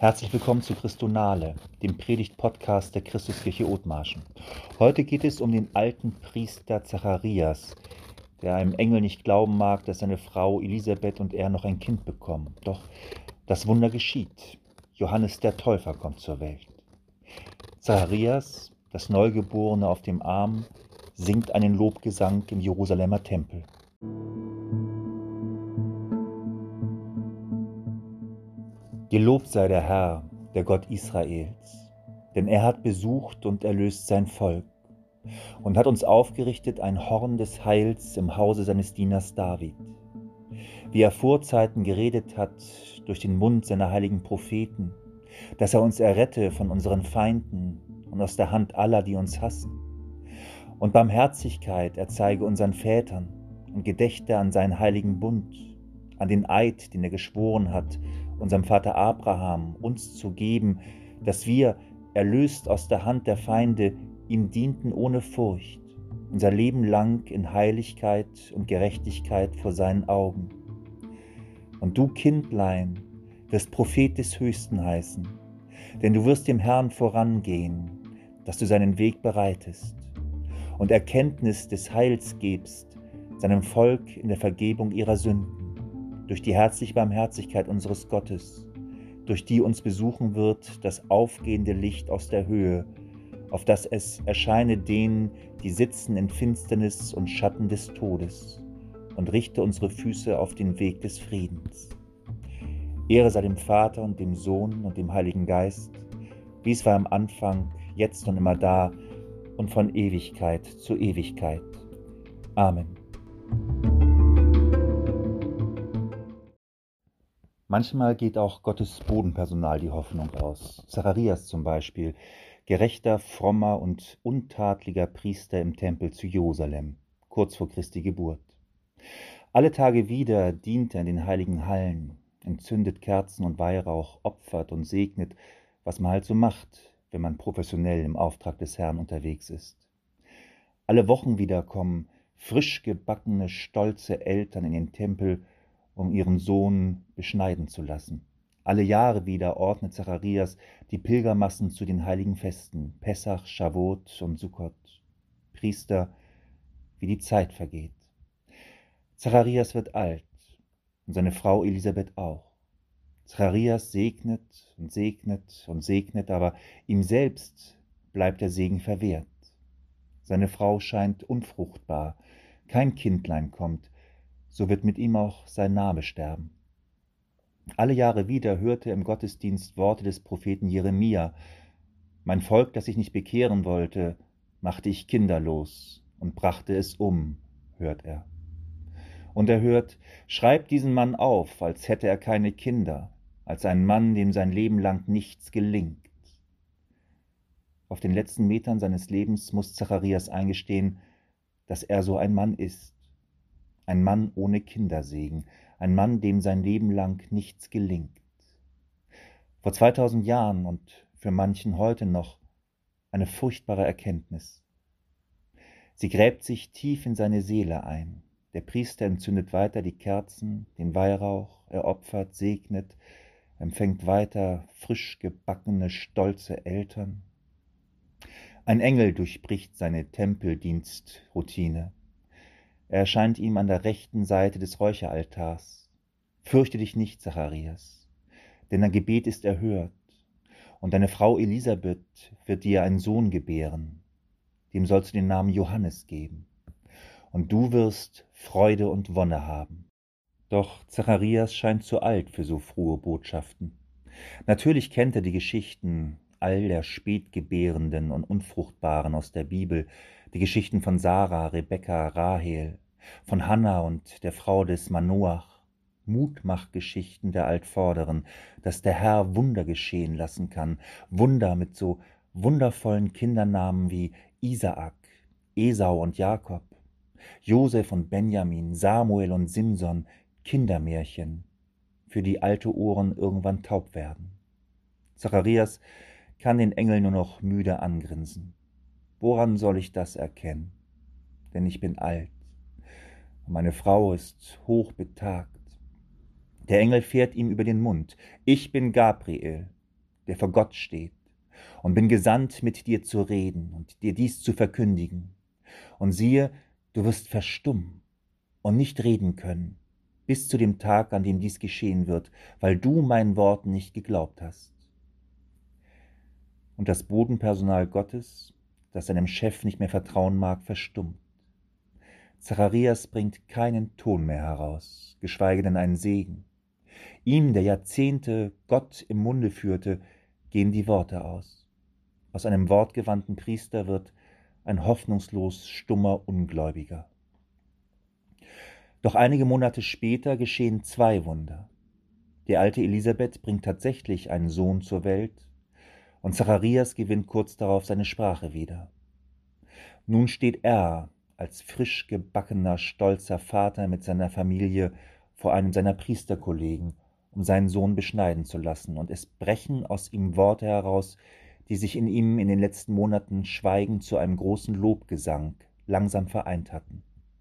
Herzlich willkommen zu Christonale, dem Predigt-Podcast der Christuskirche Othmarschen. Heute geht es um den alten Priester Zacharias, der einem Engel nicht glauben mag, dass seine Frau Elisabeth und er noch ein Kind bekommen. Doch das Wunder geschieht. Johannes der Täufer kommt zur Welt. Zacharias, das Neugeborene auf dem Arm, singt einen Lobgesang im Jerusalemer Tempel. Gelobt sei der Herr, der Gott Israels, denn er hat besucht und erlöst sein Volk und hat uns aufgerichtet ein Horn des Heils im Hause seines Dieners David. Wie er vorzeiten geredet hat durch den Mund seiner heiligen Propheten, dass er uns errette von unseren Feinden und aus der Hand aller, die uns hassen. Und Barmherzigkeit erzeige unseren Vätern und gedächte an seinen heiligen Bund, an den Eid, den er geschworen hat, unserem Vater Abraham, uns zu geben, dass wir, erlöst aus der Hand der Feinde, ihm dienten ohne Furcht, unser Leben lang in Heiligkeit und Gerechtigkeit vor seinen Augen. Und du, Kindlein, wirst Prophet des Höchsten heißen, denn du wirst dem Herrn vorangehen, dass du seinen Weg bereitest und Erkenntnis des Heils gibst, seinem Volk in der Vergebung ihrer Sünden, durch die herzliche Barmherzigkeit unseres Gottes, durch die uns besuchen wird das aufgehende Licht aus der Höhe, auf das es erscheine denen, die sitzen in Finsternis und Schatten des Todes, und richte unsere Füße auf den Weg des Friedens. Ehre sei dem Vater und dem Sohn und dem Heiligen Geist, wie es war am Anfang, jetzt und immer da und von Ewigkeit zu Ewigkeit. Amen. Manchmal geht auch Gottes Bodenpersonal die Hoffnung aus. Zacharias zum Beispiel, gerechter, frommer und untadeliger Priester im Tempel zu Jerusalem, kurz vor Christi Geburt. Alle Tage wieder dient er in den heiligen Hallen, entzündet Kerzen und Weihrauch, opfert und segnet, was man halt so macht, wenn man professionell im Auftrag des Herrn unterwegs ist. Alle Wochen wieder kommen frisch gebackene, stolze Eltern in den Tempel, um ihren Sohn beschneiden zu lassen. Alle Jahre wieder ordnet Zacharias die Pilgermassen zu den heiligen Festen, Pessach, Schavot und Sukkot. Priester, wie die Zeit vergeht. Zacharias wird alt und seine Frau Elisabeth auch. Zacharias segnet und segnet und segnet, aber ihm selbst bleibt der Segen verwehrt. Seine Frau scheint unfruchtbar, kein Kindlein kommt, so wird mit ihm auch sein Name sterben. Alle Jahre wieder hörte er im Gottesdienst Worte des Propheten Jeremia: Mein Volk, das sich nicht bekehren wollte, machte ich kinderlos und brachte es um, hört er. Und er hört: Schreibt diesen Mann auf, als hätte er keine Kinder, als einen Mann, dem sein Leben lang nichts gelingt. Auf den letzten Metern seines Lebens muss Zacharias eingestehen, dass er so ein Mann ist. Ein Mann ohne Kindersegen, ein Mann, dem sein Leben lang nichts gelingt. Vor 2000 Jahren und für manchen heute noch eine furchtbare Erkenntnis. Sie gräbt sich tief in seine Seele ein. Der Priester entzündet weiter die Kerzen, den Weihrauch, er opfert, segnet, empfängt weiter frisch gebackene, stolze Eltern. Ein Engel durchbricht seine Tempeldienstroutine. Er erscheint ihm an der rechten Seite des Räucheraltars. Fürchte dich nicht, Zacharias, denn dein Gebet ist erhört, und deine Frau Elisabeth wird dir einen Sohn gebären. Dem sollst du den Namen Johannes geben, und du wirst Freude und Wonne haben. Doch Zacharias scheint zu alt für so frohe Botschaften. Natürlich kennt er die Geschichten all der Spätgebärenden und Unfruchtbaren aus der Bibel, die Geschichten von Sarah, Rebekka, Rahel, von Hannah und der Frau des Manoach, Mutmachgeschichten der Altvorderen, dass der Herr Wunder geschehen lassen kann, Wunder mit so wundervollen Kindernamen wie Isaak, Esau und Jakob, Josef und Benjamin, Samuel und Simson, Kindermärchen, für die alte Ohren irgendwann taub werden. Zacharias kann den Engel nur noch müde angrinsen. Woran soll ich das erkennen? Denn ich bin alt und meine Frau ist hochbetagt. Der Engel fährt ihm über den Mund. Ich bin Gabriel, der vor Gott steht, und bin gesandt, mit dir zu reden und dir dies zu verkündigen. Und siehe, du wirst verstummen und nicht reden können, bis zu dem Tag, an dem dies geschehen wird, weil du meinen Worten nicht geglaubt hast. Und das Bodenpersonal Gottes, das seinem Chef nicht mehr vertrauen mag, verstummt. Zacharias bringt keinen Ton mehr heraus, geschweige denn einen Segen. Ihm, der Jahrzehnte Gott im Munde führte, gehen die Worte aus. Aus einem wortgewandten Priester wird ein hoffnungslos stummer Ungläubiger. Doch einige Monate später geschehen 2 Wunder. Die alte Elisabeth bringt tatsächlich einen Sohn zur Welt und Zacharias gewinnt kurz darauf seine Sprache wieder. Nun steht er als frisch gebackener, stolzer Vater mit seiner Familie vor einem seiner Priesterkollegen, um seinen Sohn beschneiden zu lassen, und es brechen aus ihm Worte heraus, die sich in ihm in den letzten Monaten schweigend zu einem großen Lobgesang langsam vereint hatten.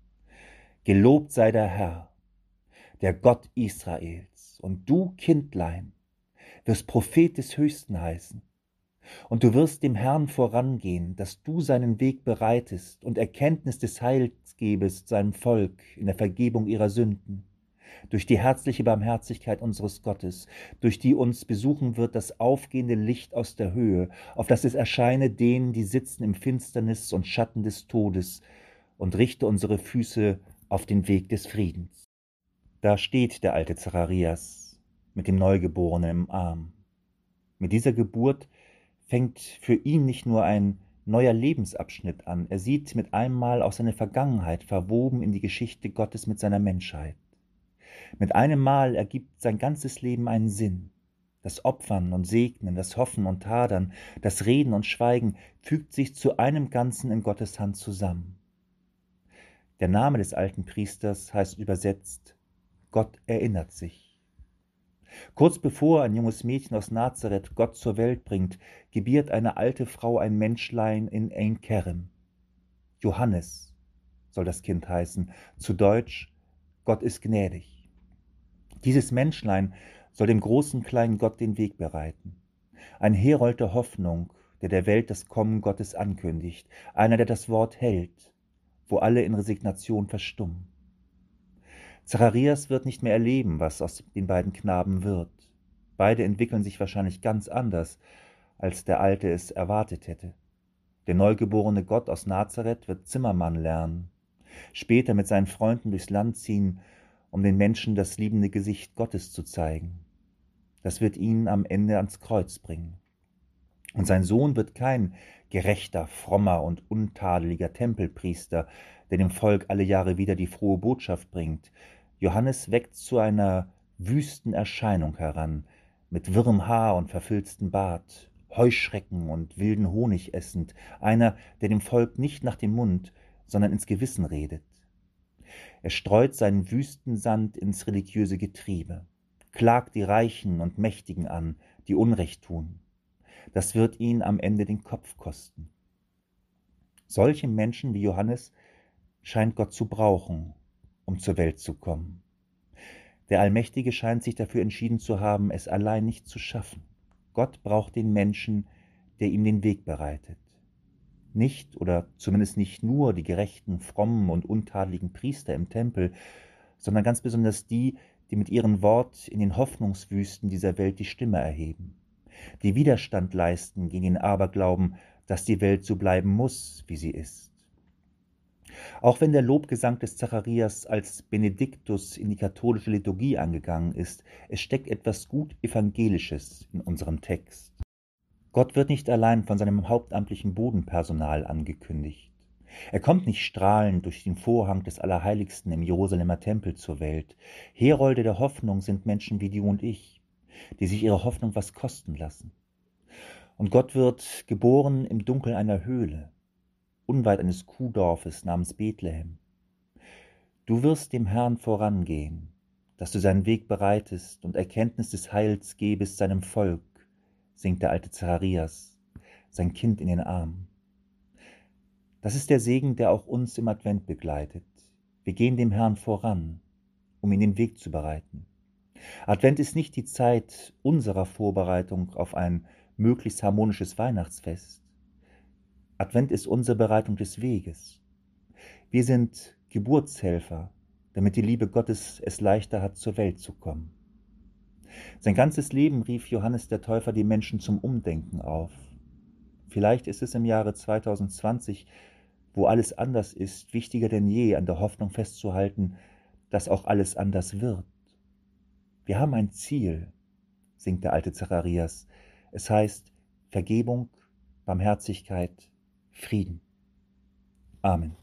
Gelobt sei der Herr, der Gott Israels, und du, Kindlein, wirst Prophet des Höchsten heißen. Und du wirst dem Herrn vorangehen, dass du seinen Weg bereitest und Erkenntnis des Heils gebest seinem Volk in der Vergebung ihrer Sünden, durch die herzliche Barmherzigkeit unseres Gottes, durch die uns besuchen wird das aufgehende Licht aus der Höhe, auf das es erscheine denen, die sitzen im Finsternis und Schatten des Todes, und richte unsere Füße auf den Weg des Friedens. Da steht der alte Zacharias mit dem Neugeborenen im Arm. Mit dieser Geburt fängt für ihn nicht nur ein neuer Lebensabschnitt an, er sieht mit einmal auch seine Vergangenheit verwoben in die Geschichte Gottes mit seiner Menschheit. Mit einem Mal ergibt sein ganzes Leben einen Sinn. Das Opfern und Segnen, das Hoffen und Hadern, das Reden und Schweigen fügt sich zu einem Ganzen in Gottes Hand zusammen. Der Name des alten Priesters heißt übersetzt: Gott erinnert sich. Kurz bevor ein junges Mädchen aus Nazareth Gott zur Welt bringt, gebiert eine alte Frau ein Menschlein in Ein Kerem. Johannes soll das Kind heißen, zu Deutsch: Gott ist gnädig. Dieses Menschlein soll dem großen kleinen Gott den Weg bereiten. Ein Herold der Hoffnung, der der Welt das Kommen Gottes ankündigt, einer, der das Wort hält, wo alle in Resignation verstummen. Zacharias wird nicht mehr erleben, was aus den beiden Knaben wird. Beide entwickeln sich wahrscheinlich ganz anders, als der Alte es erwartet hätte. Der neugeborene Gott aus Nazareth wird Zimmermann lernen, später mit seinen Freunden durchs Land ziehen, um den Menschen das liebende Gesicht Gottes zu zeigen. Das wird ihn am Ende ans Kreuz bringen. Und sein Sohn wird kein gerechter, frommer und untadeliger Tempelpriester, der dem Volk alle Jahre wieder die frohe Botschaft bringt. Johannes wächst zu einer wüsten Erscheinung heran, mit wirrem Haar und verfilztem Bart, Heuschrecken und wilden Honig essend, einer, der dem Volk nicht nach dem Mund, sondern ins Gewissen redet. Er streut seinen Wüstensand ins religiöse Getriebe, klagt die Reichen und Mächtigen an, die Unrecht tun. Das wird ihn am Ende den Kopf kosten. Solche Menschen wie Johannes scheint Gott zu brauchen, um zur Welt zu kommen. Der Allmächtige scheint sich dafür entschieden zu haben, es allein nicht zu schaffen. Gott braucht den Menschen, der ihm den Weg bereitet. Nicht oder zumindest nicht nur die gerechten, frommen und untadeligen Priester im Tempel, sondern ganz besonders die, die mit ihrem Wort in den Hoffnungswüsten dieser Welt die Stimme erheben, die Widerstand leisten gegen den Aberglauben, dass die Welt so bleiben muss, wie sie ist. Auch wenn der Lobgesang des Zacharias als Benediktus in die katholische Liturgie angegangen ist, es steckt etwas gut Evangelisches in unserem Text. Gott wird nicht allein von seinem hauptamtlichen Bodenpersonal angekündigt. Er kommt nicht strahlend durch den Vorhang des Allerheiligsten im Jerusalemer Tempel zur Welt. Herolde der Hoffnung sind Menschen wie du und ich, die sich ihre Hoffnung was kosten lassen. Und Gott wird geboren im Dunkel einer Höhle, unweit eines Kuhdorfes namens Bethlehem. Du wirst dem Herrn vorangehen, dass du seinen Weg bereitest und Erkenntnis des Heils gebest seinem Volk, singt der alte Zacharias, sein Kind in den Arm. Das ist der Segen, der auch uns im Advent begleitet. Wir gehen dem Herrn voran, um ihm den Weg zu bereiten. Advent ist nicht die Zeit unserer Vorbereitung auf ein möglichst harmonisches Weihnachtsfest. Advent ist unsere Bereitung des Weges. Wir sind Geburtshelfer, damit die Liebe Gottes es leichter hat, zur Welt zu kommen. Sein ganzes Leben rief Johannes der Täufer die Menschen zum Umdenken auf. Vielleicht ist es im Jahre 2020, wo alles anders ist, wichtiger denn je, an der Hoffnung festzuhalten, dass auch alles anders wird. Wir haben ein Ziel, singt der alte Zacharias. Es heißt Vergebung, Barmherzigkeit, Frieden. Amen.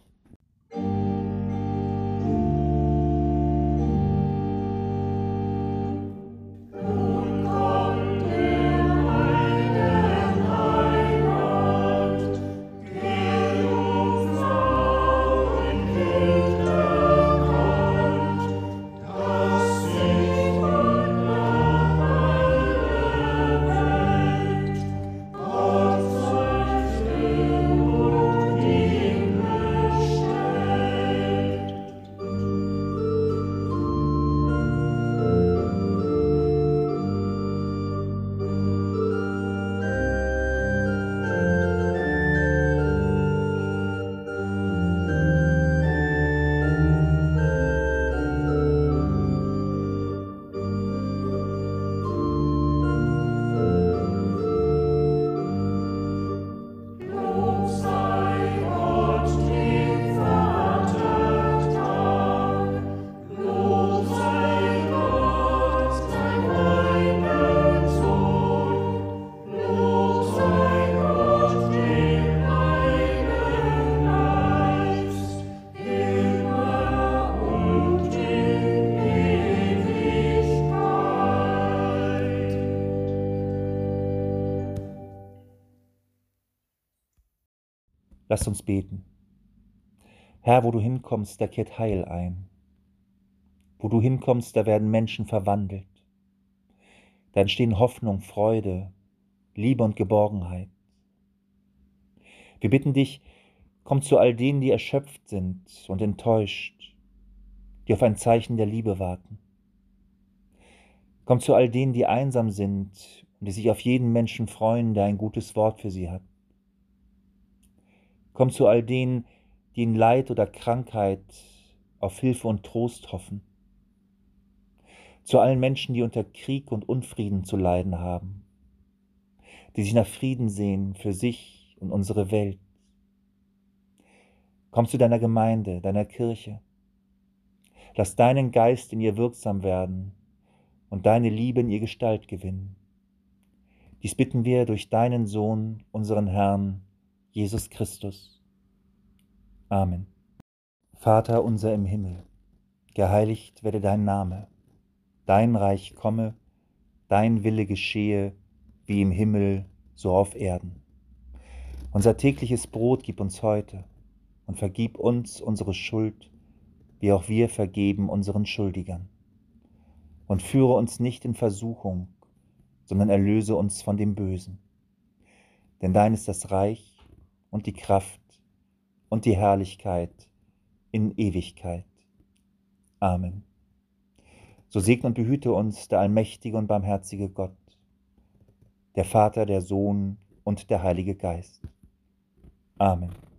Lasst uns beten. Herr, wo du hinkommst, da kehrt Heil ein. Wo du hinkommst, da werden Menschen verwandelt. Da entstehen Hoffnung, Freude, Liebe und Geborgenheit. Wir bitten dich, komm zu all denen, die erschöpft sind und enttäuscht, die auf ein Zeichen der Liebe warten. Komm zu all denen, die einsam sind und die sich auf jeden Menschen freuen, der ein gutes Wort für sie hat. Komm zu all denen, die in Leid oder Krankheit auf Hilfe und Trost hoffen. Zu allen Menschen, die unter Krieg und Unfrieden zu leiden haben, die sich nach Frieden sehen für sich und unsere Welt. Komm zu deiner Gemeinde, deiner Kirche. Lass deinen Geist in ihr wirksam werden und deine Liebe in ihr Gestalt gewinnen. Dies bitten wir durch deinen Sohn, unseren Herrn, Jesus Christus. Amen. Vater unser im Himmel, geheiligt werde dein Name. Dein Reich komme, dein Wille geschehe, wie im Himmel, so auf Erden. Unser tägliches Brot gib uns heute und vergib uns unsere Schuld, wie auch wir vergeben unseren Schuldigern. Und führe uns nicht in Versuchung, sondern erlöse uns von dem Bösen. Denn dein ist das Reich und die Kraft und die Herrlichkeit in Ewigkeit. Amen. So segne und behüte uns der allmächtige und barmherzige Gott, der Vater, der Sohn und der Heilige Geist. Amen.